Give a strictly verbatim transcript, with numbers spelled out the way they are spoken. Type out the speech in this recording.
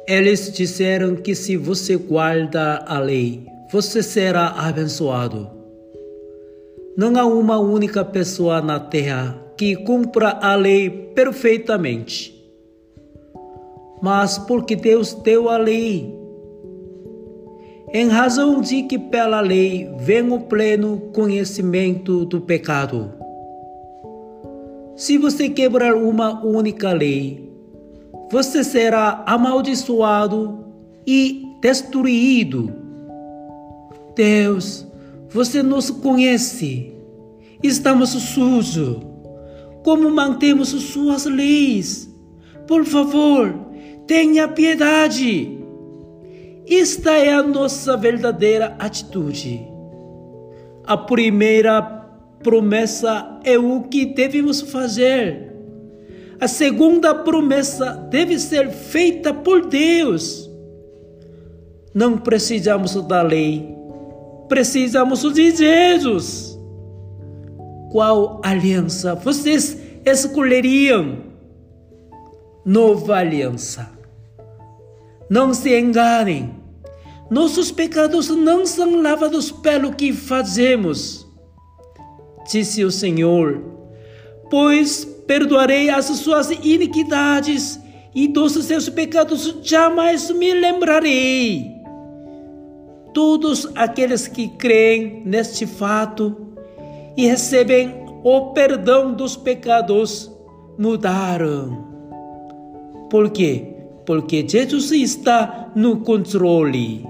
Eles disseram que se você guarda a lei, você será abençoado. Não há uma única pessoa na terra que cumpra a lei perfeitamente. Mas porque Deus deu a lei, em razão de que pela lei vem o pleno conhecimento do pecado. Se você quebrar uma única lei, você será amaldiçoado e destruído. Deus, você nos conhece. Estamos sujos. Como mantemos suas leis? Por favor, tenha piedade. Esta é a nossa verdadeira atitude. A primeira promessa é o que devemos fazer. A segunda promessa deve ser feita por Deus. Não precisamos da lei, precisamos de Jesus. Qual aliança vocês escolheriam? Nova aliança. Não se enganem. Nossos pecados não são lavados pelo que fazemos, disse o Senhor, pois perdoarei as suas iniquidades e dos seus pecados jamais me lembrarei. Todos aqueles que creem neste fato e recebem o perdão dos pecados mudaram. Por quê? Porque Jesus está no controle.